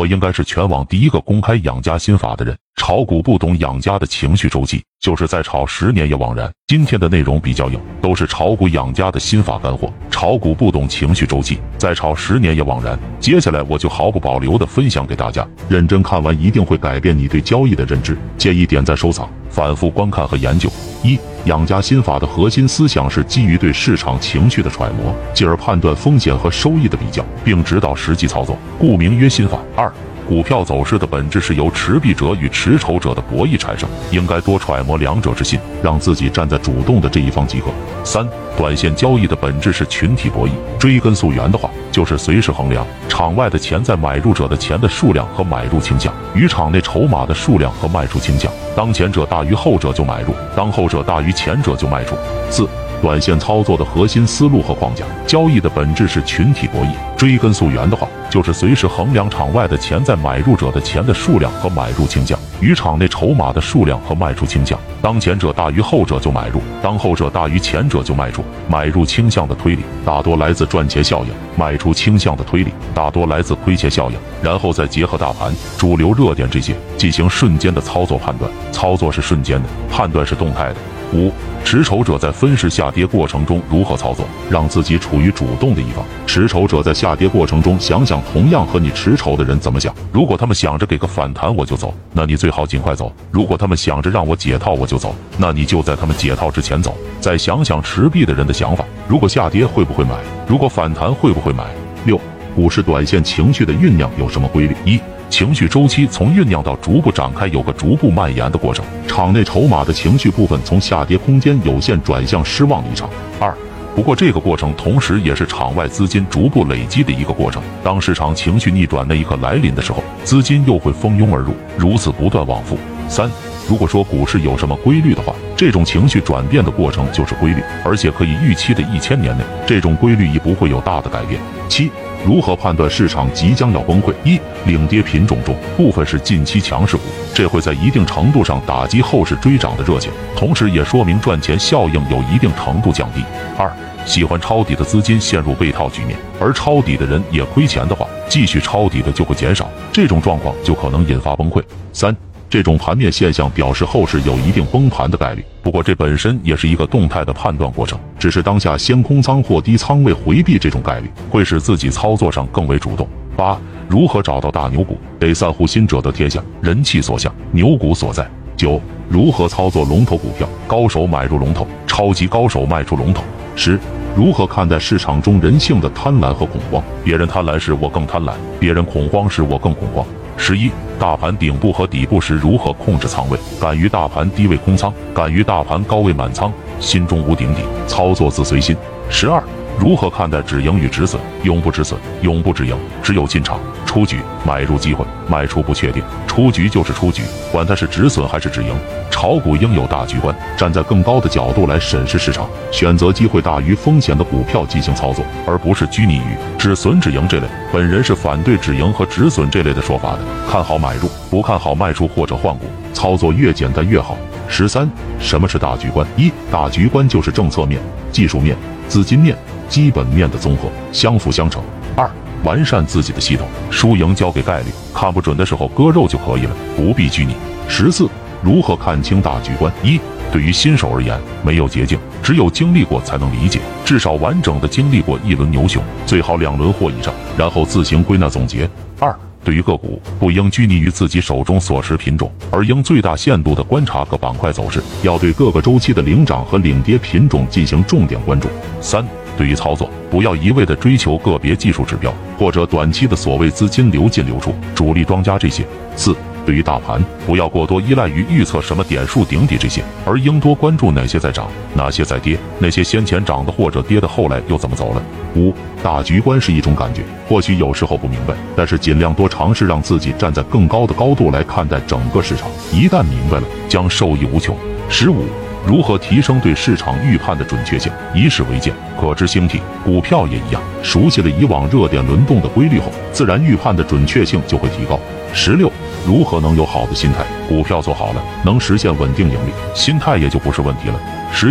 我应该是全网第一个公开养家心法的人。炒股不懂养家的情绪周期，就是在炒10年也枉然。今天的内容比较硬，都是炒股养家的心法干货。炒股不懂情绪周期，再炒10年也枉然。接下来我就毫不保留地分享给大家，认真看完一定会改变你对交易的认知。建议点赞收藏，反复观看和研究。1. 养家心法的核心思想是基于对市场情绪的揣摩，进而判断风险和收益的比较，并指导实际操作，故名曰心法。2. 股票走势的本质是由持币者与持筹者的博弈产生，应该多揣摩两者之心，让自己站在主动的这一方即可。3. 短线交易的本质是群体博弈，追根溯源的话，就是随时衡量场外的潜在买入者的钱的数量和买入倾向，与场内筹码的数量和卖出倾向，当前者大于后者就买入，当后者大于前者就卖出。4. 短线操作的核心思路和框架，交易的本质是群体博弈，追根溯源的话，就是随时衡量场外的潜在买入者的钱的数量和买入倾向，与场内筹码的数量和卖出倾向，当前者大于后者就买入，当后者大于前者就卖出。买入倾向的推理大多来自赚钱效应，卖出倾向的推理大多来自亏钱效应，然后再结合大盘、主流热点这些进行瞬间的操作判断。操作是瞬间的，判断是动态的。5. 持筹者在分时下跌过程中如何操作，让自己处于主动的一方。持筹者在下跌过程中想想同样和你持筹的人怎么想，如果他们想着给个反弹我就走，那你最好尽快走；如果他们想着让我解套我就走，那你就在他们解套之前走。再想想持币的人的想法，如果下跌会不会买，如果反弹会不会买。6. 股市短线情绪的酝酿有什么规律？1. 情绪周期从酝酿到逐步展开有个逐步蔓延的过程，场内筹码的情绪部分从下跌空间有限转向失望离场。2. 不过这个过程同时也是场外资金逐步累积的一个过程，当市场情绪逆转那一刻来临的时候，资金又会蜂拥而入，如此不断往复。3. 如果说股市有什么规律的话，这种情绪转变的过程就是规律，而且可以预期的1000年内，这种规律亦不会有大的改变。7. 如何判断市场即将要崩溃？1. 领跌品种中部分是近期强势股，这会在一定程度上打击后市追涨的热情，同时也说明赚钱效应有一定程度降低。2. 喜欢抄底的资金陷入被套局面，而抄底的人也亏钱的话，继续抄底的就会减少，这种状况就可能引发崩溃。3. 这种盘面现象表示后市有一定崩盘的概率，不过这本身也是一个动态的判断过程，只是当下先空仓或低仓位回避这种概率，会使自己操作上更为主动。8. 如何找到大牛股？得散户心者得天下，人气所向，牛股所在。9. 如何操作龙头股票？高手买入龙头，超级高手卖出龙头。10. 如何看待市场中人性的贪婪和恐慌？别人贪婪时我更贪婪，别人恐慌时我更恐慌。11. 大盘顶部和底部时如何控制仓位？敢于大盘低位空仓，敢于大盘高位满仓，心中无顶底，操作自随心。12. 如何看待止盈与止损？永不止损，永不止盈，只有进场出局，买入机会，卖出不确定，出局就是出局，管它是止损还是止盈。炒股应有大局观，站在更高的角度来审视市场，选择机会大于风险的股票进行操作，而不是拘泥于止损止盈这类。本人是反对止盈和止损这类的说法的，看好买入，不看好卖出或者换股，操作越简单越好。13. 什么是大局观？1. 大局观就是政策面、技术面、资金面、基本面的综合，相辅相成。2. 完善自己的系统，输赢交给概率，看不准的时候割肉就可以了，不必拘泥。14. 如何看清大局观？1. 对于新手而言，没有捷径，只有经历过才能理解，至少完整的经历过一轮牛熊，最好2轮或以上，然后自行归纳总结。2. 对于个股，不应拘泥于自己手中所持品种，而应最大限度地观察各板块走势，要对各个周期的领涨和领跌品种进行重点关注。3. 对于操作，不要一味地追求个别技术指标，或者短期的所谓资金流进流出、主力庄家这些。4. 对于大盘，不要过多依赖于预测什么点数顶底这些，而应多关注哪些在涨，哪些在跌，那些先前涨的或者跌的后来又怎么走了。5. 大局观是一种感觉，或许有时候不明白，但是尽量多尝试让自己站在更高的高度来看待整个市场，一旦明白了，将受益无穷。15. 如何提升对市场预判的准确性？以史为鉴，可知兴替。股票也一样，熟悉了以往热点轮动的规律后，自然预判的准确性就会提高。16. 如何能有好的心态？股票做好了，能实现稳定盈利，心态也就不是问题了。17.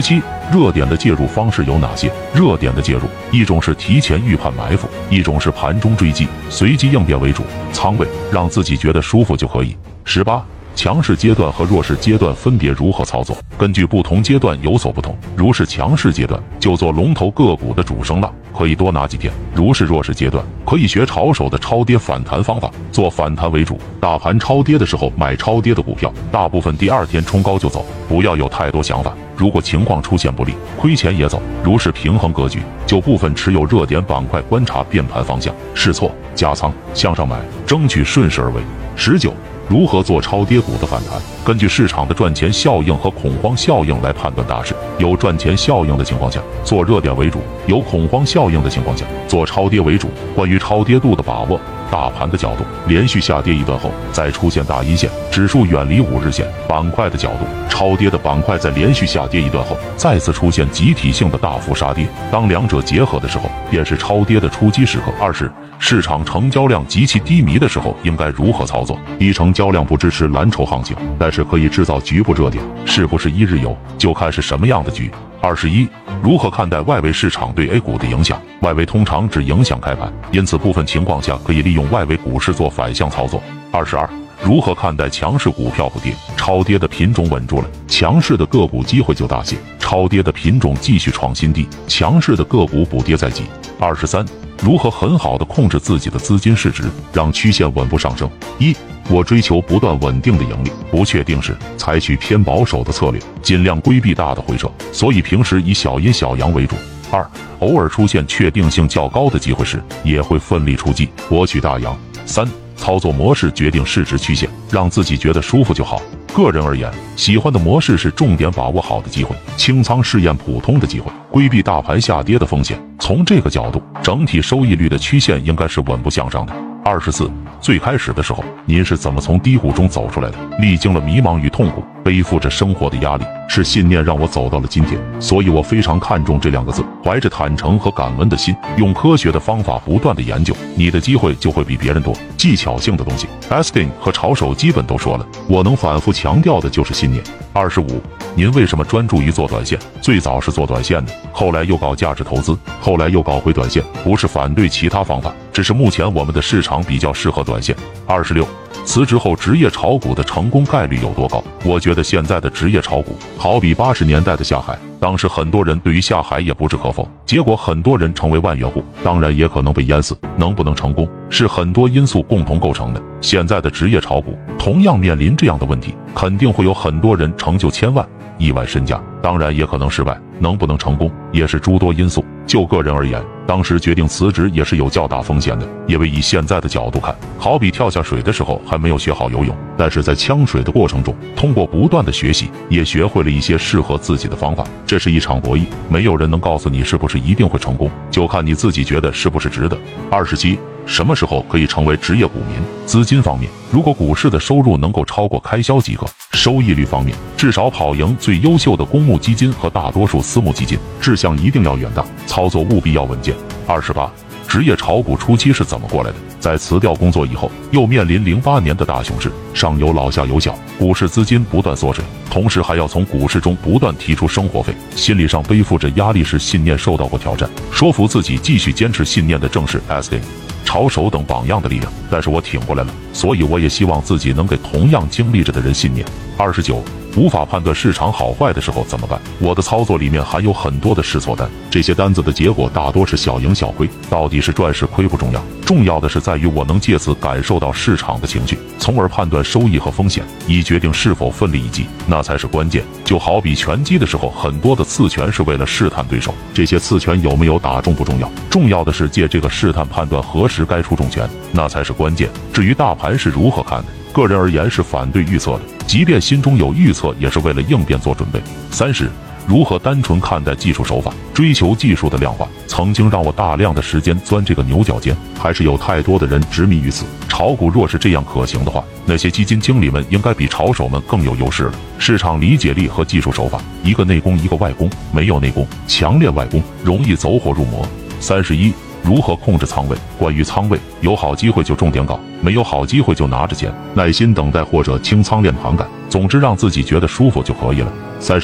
热点的介入方式有哪些？热点的介入，一种是提前预判埋伏，一种是盘中追击，随机应变为主。仓位让自己觉得舒服就可以。18、强势阶段和弱势阶段分别如何操作？根据不同阶段有所不同。如是强势阶段，就做龙头个股的主升浪，可以多拿几天；如是弱势阶段，可以学炒手的超跌反弹方法，做反弹为主。大盘超跌的时候买超跌的股票，大部分第二天冲高就走，不要有太多想法。如果情况出现不利，亏钱也走。如是平衡格局，就部分持有热点板块，观察变盘方向，试错加仓向上买，争取顺势而为。19、如何做超跌股的反弹？根据市场的赚钱效应和恐慌效应来判断大势。有赚钱效应的情况下，做热点为主；有恐慌效应的情况下，做超跌为主。关于超跌度的把握，大盘的角度，连续下跌一段后再出现大阴线，指数远离5日线；板块的角度，超跌的板块在连续下跌一段后再次出现集体性的大幅杀跌。当两者结合的时候，便是超跌的出击时刻。20、市场成交量极其低迷的时候应该如何操作？低成交量不支持蓝筹行情，但是可以制造局部热点，是不是一日游就看是什么样的局。21、如何看待外围市场对 A 股的影响？外围通常只影响开盘，因此部分情况下可以利用外围股市做反向操作。22、如何看待强势股票不跌，超跌的品种稳住了，强势的个股机会就大些；超跌的品种继续创新低，强势的个股补跌在即。23、如何很好的控制自己的资金市值，让曲线稳步上升？1、我追求不断稳定的盈利，不确定时采取偏保守的策略，尽量规避大的回撤，所以平时以小阴小阳为主。2、偶尔出现确定性较高的机会时，也会奋力出击，博取大阳。3、操作模式决定市值曲线，让自己觉得舒服就好。个人而言，喜欢的模式是重点把握好的机会，清仓试验普通的机会，规避大盘下跌的风险。从这个角度，整体收益率的曲线应该是稳步向上的。24、最开始的时候，您是怎么从低谷中走出来的？历经了迷茫与痛苦，背负着生活的压力，是信念让我走到了今天。所以我非常看重这2个字，怀着坦诚和感恩的心，用科学的方法不断的研究，你的机会就会比别人多。技巧性的东西 ，Astin 和炒手基本都说了，我能反复强调的就是信念。25、您为什么专注于做短线？最早是做短线的，后来又搞价值投资，后来又搞回短线。不是反对其他方法，只是目前我们的市场比较适合短线。26、辞职后职业炒股的成功概率有多高？我觉得现在的职业炒股好比80年代的下海，当时很多人对于下海也不置可否，结果很多人成为万元户，当然也可能被淹死。能不能成功，是很多因素共同构成的。现在的职业炒股同样面临这样的问题，肯定会有很多人成就千万、亿万身家，当然也可能失败。能不能成功，也是诸多因素。就个人而言，当时决定辞职也是有较大风险的，因为以现在的角度看，好比跳下水的时候还没有学好游泳，但是在呛水的过程中，通过不断的学习，也学会了一些适合自己的方法。这是一场博弈，没有人能告诉你是不是一定会成功，就看你自己觉得是不是值得。27、什么时候可以成为职业股民？资金方面，如果股市的收入能够超过开销即可；收益率方面，至少跑赢最优秀的公募基金和大多数私募基金。志向一定要远大，操作务必要稳健。28、职业炒股初期是怎么过来的？在辞掉工作以后，又面临08年的大熊市，上有老下有小，股市资金不断缩水，同时还要从股市中不断提出生活费，心理上背负着压力时，信念受到过挑战，说服自己继续坚持信念的正是 Astin、炒手等榜样的力量，但是我挺过来了，所以我也希望自己能给同样经历着的人信念。29、无法判断市场好坏的时候怎么办？我的操作里面含有很多的试错单，这些单子的结果大多是小赢小亏，到底是赚是亏不重要，重要的是在于我能借此感受到市场的情绪，从而判断收益和风险，以决定是否奋力一击，那才是关键。就好比拳击的时候，很多的刺拳是为了试探对手，这些刺拳有没有打中不重要，重要的是借这个试探判断何时该出重拳，那才是关键。至于大盘是如何看的，个人而言是反对预测的，即便心中有预测，也是为了应变做准备。30、如何单纯看待技术手法，追求技术的量化，曾经让我大量的时间钻这个牛角尖，还是有太多的人执迷于此。炒股若是这样可行的话，那些基金经理们应该比炒手们更有优势了。市场理解力和技术手法，一个内功一个外功，没有内功强练外功，容易走火入魔。31、如何控制仓位？关于仓位，有好机会就重点搞，没有好机会就拿着钱，耐心等待或者清仓练盘感，总之让自己觉得舒服就可以了。32、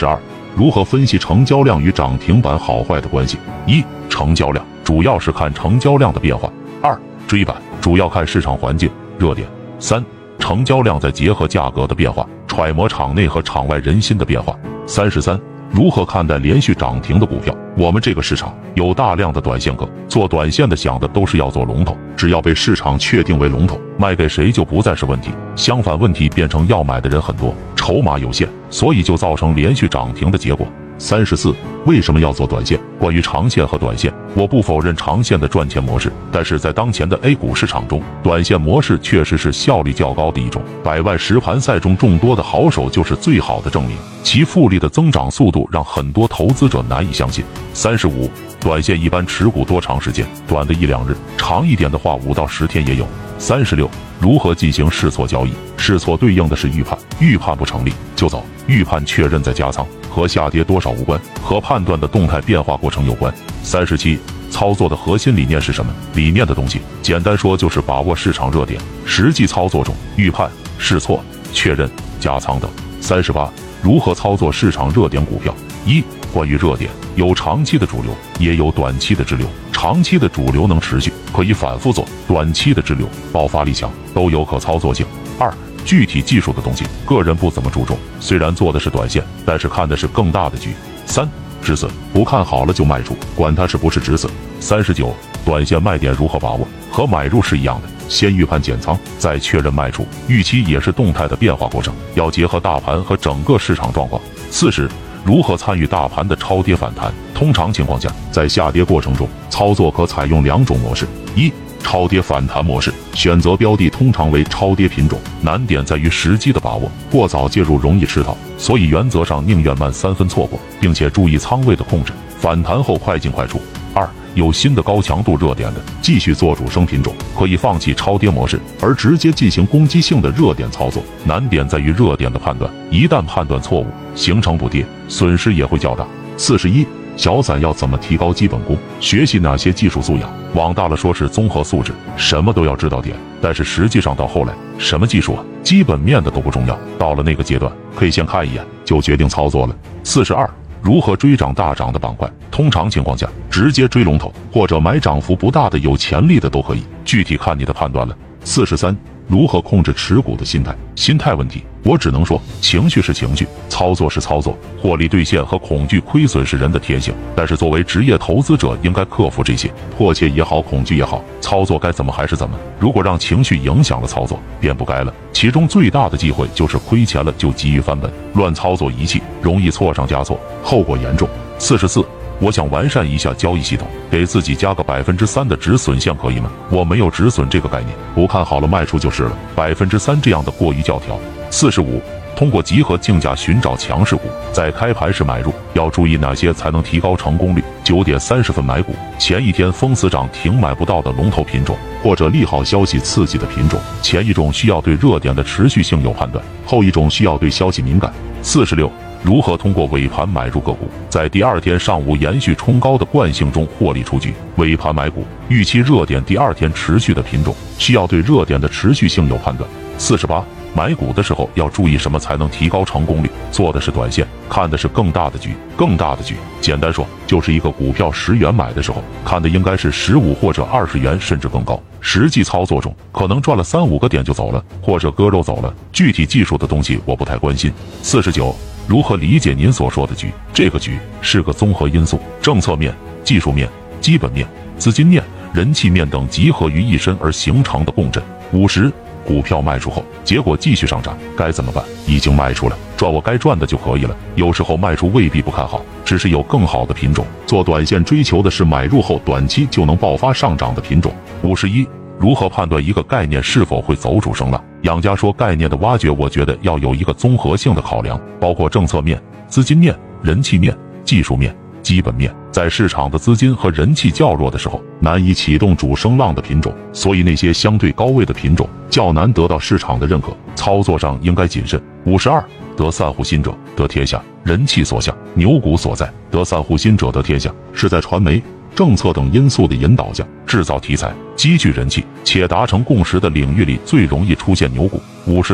如何分析成交量与涨停板好坏的关系？一、成交量主要是看成交量的变化；二、追板主要看市场环境热点；三、成交量再结合价格的变化，揣摩场内和场外人心的变化。33、如何看待连续涨停的股票？我们这个市场有大量的短线客，做短线的想的都是要做龙头，只要被市场确定为龙头，卖给谁就不再是问题。相反，问题变成要买的人很多，筹码有限，所以就造成连续涨停的结果。34、为什么要做短线？关于长线和短线，我不否认长线的赚钱模式，但是在当前的 A 股市场中，短线模式确实是效率较高的一种。百万实盘赛中众多的好手就是最好的证明，其复利的增长速度让很多投资者难以相信。35、短线一般持股多长时间？短的1、2日，长一点的话5到10天也有。36、如何进行试错交易？试错对应的是预判，预判不成立就走，预判确认再加仓，和下跌多少无关，和判断的动态变化过程有关。37、操作的核心理念是什么？理念的东西，简单说就是把握市场热点，实际操作中预判、试错、确认、加仓等。38、如何操作市场热点股票？一、关于热点，有长期的主流，也有短期的支流。长期的主流能持续，可以反复做；短期的支流爆发力强，都有可操作性。二、具体技术的东西，个人不怎么注重，虽然做的是短线，但是看的是更大的局。三、止损，不看好了就卖出，管它是不是止损。39、短线卖点如何把握？和买入是一样的，先预判减仓，再确认卖出。预期也是动态的变化过程，要结合大盘和整个市场状况。40、如何参与大盘的超跌反弹？通常情况下，在下跌过程中，操作可采用2种模式：一、超跌反弹模式，选择标的通常为超跌品种，难点在于时机的把握，过早介入容易吃套，所以原则上宁愿慢3分错过，并且注意仓位的控制，反弹后快进快出。二、有新的高强度热点的，继续做主升品种，可以放弃超跌模式，而直接进行攻击性的热点操作，难点在于热点的判断，一旦判断错误，形成补跌，损失也会较大。41、小散要怎么提高基本功？学习哪些技术素养？往大了说是综合素质，什么都要知道点，但是实际上到后来，什么技术啊，基本面的都不重要。到了那个阶段，可以先看一眼就决定操作了。42、如何追涨大涨的板块？通常情况下，直接追龙头或者买涨幅不大的有潜力的都可以，具体看你的判断了。43、如何控制持股的心态？心态问题，我只能说，情绪是情绪，操作是操作，获利兑现和恐惧亏损是人的天性。但是作为职业投资者，应该克服这些，迫切也好，恐惧也好，操作该怎么还是怎么。如果让情绪影响了操作，便不该了。其中最大的忌讳就是亏钱了就急于翻本，乱操作一气，容易错上加错，后果严重。44、我想完善一下交易系统，给自己加个3%的止损线可以吗？我没有止损这个概念，不看好了卖出就是了，3%这样的过于教条。45、通过集合竞价寻找强势股，在开盘时买入，要注意哪些才能提高成功率？9点30分买股，前一天封死涨停买不到的龙头品种，或者利好消息刺激的品种。前一种需要对热点的持续性有判断，后一种需要对消息敏感。46、如何通过尾盘买入个股，在第二天上午延续冲高的惯性中获利出局？尾盘买股，预期热点第二天持续的品种，需要对热点的持续性有判断。48、买股的时候要注意什么才能提高成功率？做的是短线，看的是更大的局。更大的局，简单说，就是一个股票10元买的时候，看的应该是15或者20元，甚至更高。实际操作中，可能赚了3、5个点就走了，或者割肉走了。具体技术的东西我不太关心。49、如何理解您所说的局？这个局是个综合因素，政策面、技术面、基本面、资金面、人气面等集合于一身而形成的共振。50、股票卖出后，结果继续上涨，该怎么办？已经卖出了，赚我该赚的就可以了。有时候卖出未必不看好，只是有更好的品种。做短线追求的是买入后短期就能爆发上涨的品种。51、如何判断一个概念是否会走主升浪？杨家说概念的挖掘，我觉得要有一个综合性的考量，包括政策面、资金面、人气面、技术面、基本面。在市场的资金和人气较弱的时候，难以启动主升浪的品种，所以那些相对高位的品种较难得到市场的认可，操作上应该谨慎。52、得散户心者得天下，人气所向，牛股所在。得散户心者得天下，是在传媒、政策等因素的引导下，制造题材，积聚人气，且达成共识的领域里最容易出现牛股。53、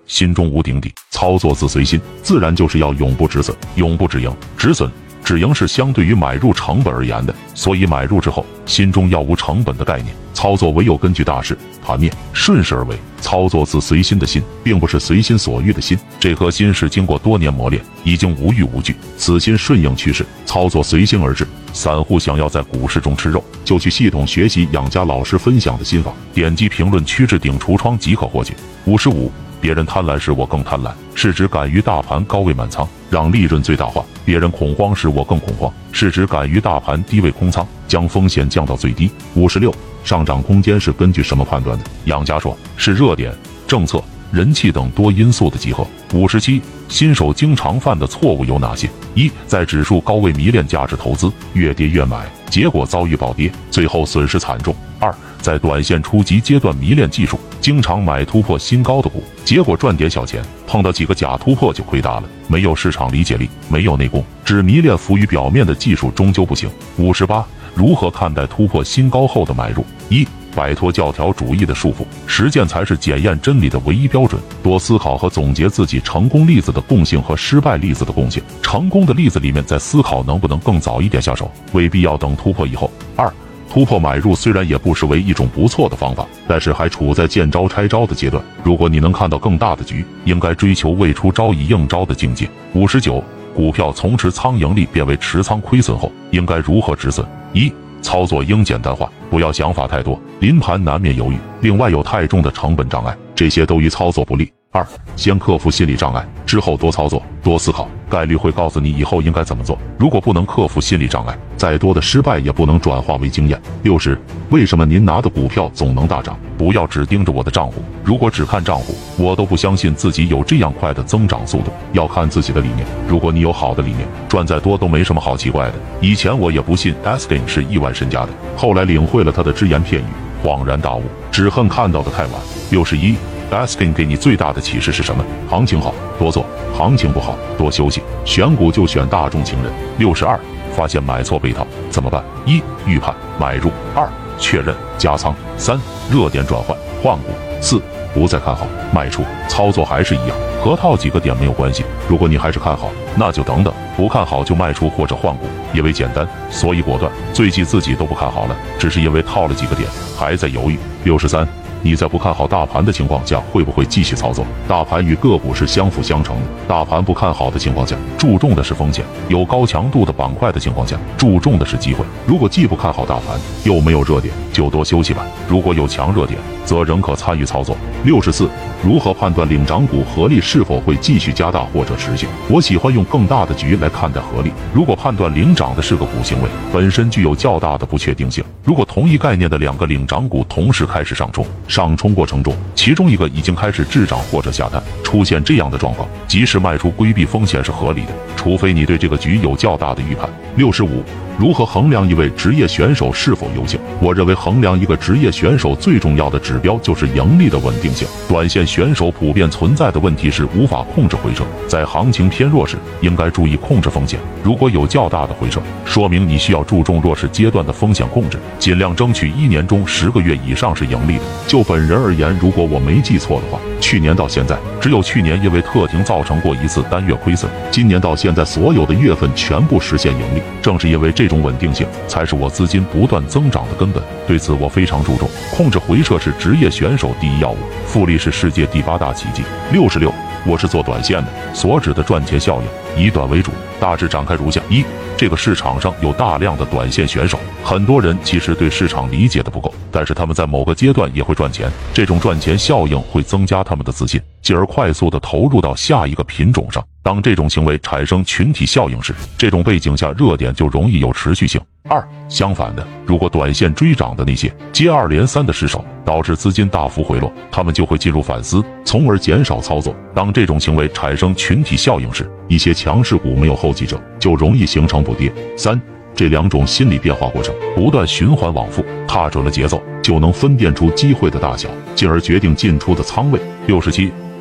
心中无顶底，操作自随心，自然就是要永不止损，永不止盈。止损、止盈是相对于买入成本而言的，所以买入之后，心中要无成本的概念，操作唯有根据大势、盘面顺势而为。操作自随心的心，并不是随心所欲的心，这颗心是经过多年磨练，已经无欲无惧。此心顺应趋势，操作随心而至。散户想要在股市中吃肉，就去系统学习养家老师分享的心法，点击评论区置顶橱窗即可获取。55。别人贪婪时我更贪婪，是指敢于大盘高位满仓，让利润最大化；别人恐慌时我更恐慌，是指敢于大盘低位空仓，将风险降到最低。56。上涨空间是根据什么判断的？养家说是热点、政策、人气等多因素的集合。57。新手经常犯的错误有哪些？一，在指数高位迷恋价值投资，越跌越买，结果遭遇暴跌，最后损失惨重。二，在短线初级阶段迷恋技术，经常买突破新高的股，结果赚点小钱，碰到几个假突破就亏大了，没有市场理解力，没有内功，只迷恋浮于表面的技术终究不行。58。如何看待突破新高后的买入？一，摆脱教条主义的束缚，实践才是检验真理的唯一标准。多思考和总结自己成功例子的共性和失败例子的共性，成功的例子里面再思考能不能更早一点下手，未必要等突破以后。二，突破买入虽然也不失为一种不错的方法，但是还处在见招拆招的阶段。如果你能看到更大的局，应该追求未出招已应招的境界。59。股票从持仓盈利变为持仓亏损后，应该如何止损？一，操作应简单化，不要想法太多，临盘难免犹豫，另外有太重的成本障碍，这些都与操作不利。二，先克服心理障碍，之后多操作，多思考，概率会告诉你以后应该怎么做。如果不能克服心理障碍，再多的失败也不能转化为经验。60。为什么您拿的股票总能大涨？不要只盯着我的账户，如果只看账户，我都不相信自己有这样快的增长速度。要看自己的理念，如果你有好的理念，赚再多都没什么好奇怪的。以前我也不信 Askin 是亿万身家的，后来领会了他的只言片语，恍然大悟，只恨看到的太晚。61。Askin 给你最大的启示是什么？行情好多做，行情不好多休息。选股就选大众情人。62。发现买错被套怎么办？一，预判买入；二，确认加仓；三，热点转换换股；四，不再看好卖出。操作还是一样，和套几个点没有关系。如果你还是看好，那就等等，不看好就卖出或者换股，因为简单，所以果断。最近自己都不看好了，只是因为套了几个点，还在犹豫。63。你在不看好大盘的情况下，会不会继续操作？大盘与个股是相辅相成的。大盘不看好的情况下，注重的是风险；有高强度的板块的情况下，注重的是机会。如果既不看好大盘，又没有热点，就多休息吧。如果有强热点，则仍可参与操作。64。如何判断领涨股合力是否会继续加大或者持续？我喜欢用更大的局来看待合力。如果判断领涨的是个股行为，本身具有较大的不确定性。如果同一概念的两个领涨股同时开始上冲过程中，其中一个已经开始滞涨或者下探，出现这样的状况，及时卖出规避风险是合理的，除非你对这个局有较大的预判。65。如何衡量一位职业选手是否优秀？我认为衡量一个职业选手最重要的指标就是盈利的稳定性。短线选手普遍存在的问题是无法控制回撤，在行情偏弱时，应该注意控制风险。如果有较大的回撤，说明你需要注重弱势阶段的风险控制，尽量争取1年中10个月以上是盈利的。就本人而言，如果我没记错的话，去年到现在，只有去年因为特停造成过一次单月亏损，今年到现在所有的月份全部实现盈利。正是因为这种稳定性，才是我资金不断增长的根本。对此我非常注重，控制回撤是职业选手第一要务，复利是世界第8大奇迹。66。我是做短线的，所指的赚钱效应以短为主，大致展开如下：一，这个市场上有大量的短线选手，很多人其实对市场理解的不够，但是他们在某个阶段也会赚钱，这种赚钱效应会增加他们的自信，进而快速的投入到下一个品种上。当这种行为产生群体效应时，这种背景下热点就容易有持续性。二，相反的，如果短线追涨的那些接二连三的失手，导致资金大幅回落，他们就会进入反思，从而减少操作。当这种行为产生群体效应时，一些强势股没有后继者，就容易形成补跌。三，这两种心理变化过程不断循环往复，踏准了节奏，就能分辨出机会的大小，进而决定进出的仓位。67。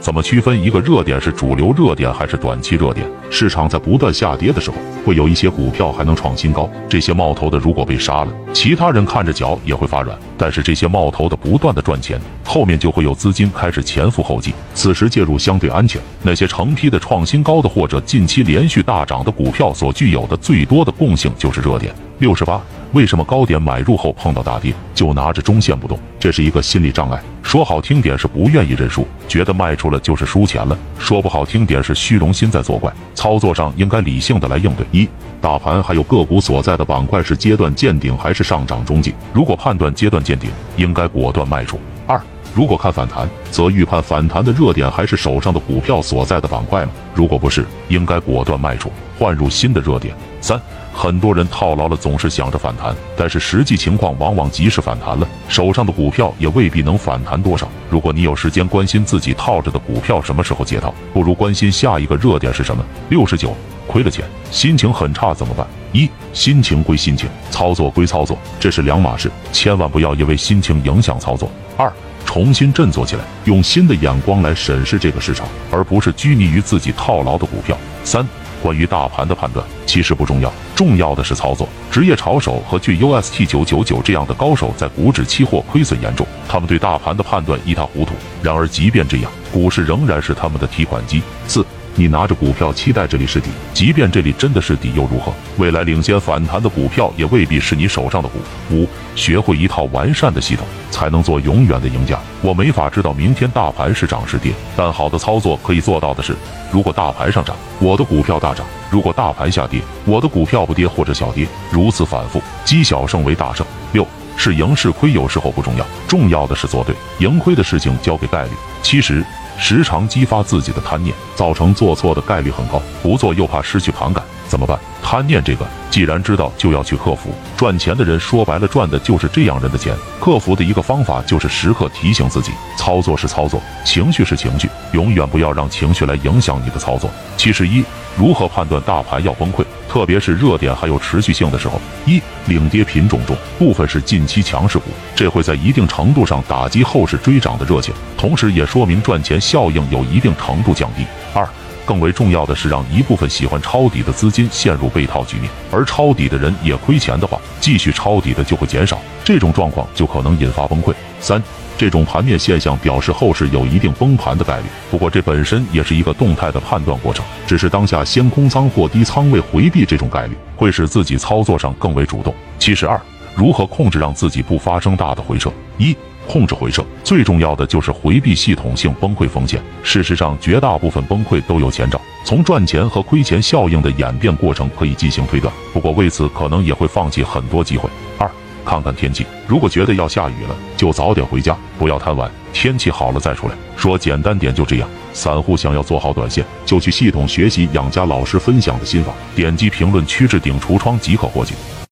怎么区分一个热点是主流热点还是短期热点？市场在不断下跌的时候，会有一些股票还能创新高，这些冒头的如果被杀了，其他人看着脚也会发软。但是这些冒头的不断的赚钱，后面就会有资金开始前赴后继，此时介入相对安全。那些成批的创新高的或者近期连续大涨的股票所具有的最多的共性就是热点。68，为什么高点买入后碰到大跌就拿着中线不动？这是一个心理障碍。说好听点是不愿意认输，觉得卖出了就是输钱了；说不好听点是虚荣心在作怪。操作上应该理性的来应对。一，大盘还有个股所在的板块是阶段见顶还是上涨中继？如果判断阶段见顶，应该果断卖出。二，如果看反弹，则预判反弹的热点还是手上的股票所在的板块吗？如果不是，应该果断卖出，换入新的热点。三，很多人套牢了，总是想着反弹，但是实际情况往往即使反弹了，手上的股票也未必能反弹多少。如果你有时间关心自己套着的股票什么时候解套，不如关心下一个热点是什么。69，亏了钱，心情很差怎么办？一，心情归心情，操作归操作，这是两码事，千万不要因为心情影响操作。二，重新振作起来，用新的眼光来审视这个市场，而不是拘泥于自己套牢的股票。三，关于大盘的判断其实不重要，重要的是操作。职业炒手和具 UST999 这样的高手在股指期货亏损严重，他们对大盘的判断一塌糊涂。然而即便这样，股市仍然是他们的提款机。四，你拿着股票期待这里是底，即便这里真的是底又如何？未来领先反弹的股票也未必是你手上的股。五，学会一套完善的系统，才能做永远的赢家。我没法知道明天大盘是涨是跌，但好的操作可以做到的是，如果大盘上涨，我的股票大涨；如果大盘下跌，我的股票不跌或者小跌，如此反复，积小胜为大胜。六，是赢是亏有时候不重要，重要的是做对，赢亏的事情交给概率。其实时常激发自己的贪念，造成做错的概率很高，不做又怕失去盘感，怎么办？贪念这个，既然知道就要去克服。赚钱的人说白了赚的就是这样人的钱，克服的一个方法就是时刻提醒自己，操作是操作，情绪是情绪，永远不要让情绪来影响你的操作。71，如何判断大盘要崩溃？特别是热点还有持续性的时候。一，领跌品种中部分是近期强势股，这会在一定程度上打击后市追涨的热情，同时也说明赚钱效应有一定程度降低。二，更为重要的是让一部分喜欢抄底的资金陷入被套局面，而抄底的人也亏钱的话，继续抄底的就会减少，这种状况就可能引发崩溃。三，这种盘面现象表示后市有一定崩盘的概率，不过这本身也是一个动态的判断过程，只是当下先空仓或低仓位回避这种概率，会使自己操作上更为主动。72，如何控制让自己不发生大的回撤？一，控制回撤最重要的就是回避系统性崩溃风险。事实上，绝大部分崩溃都有前兆，从赚钱和亏钱效应的演变过程可以进行推断，不过为此可能也会放弃很多机会。二，看看天气，如果觉得要下雨了，就早点回家，不要贪玩，天气好了再出来。说简单点就这样。散户想要做好短线，就去系统学习养家老师分享的心法，点击评论区置顶橱窗即可获取。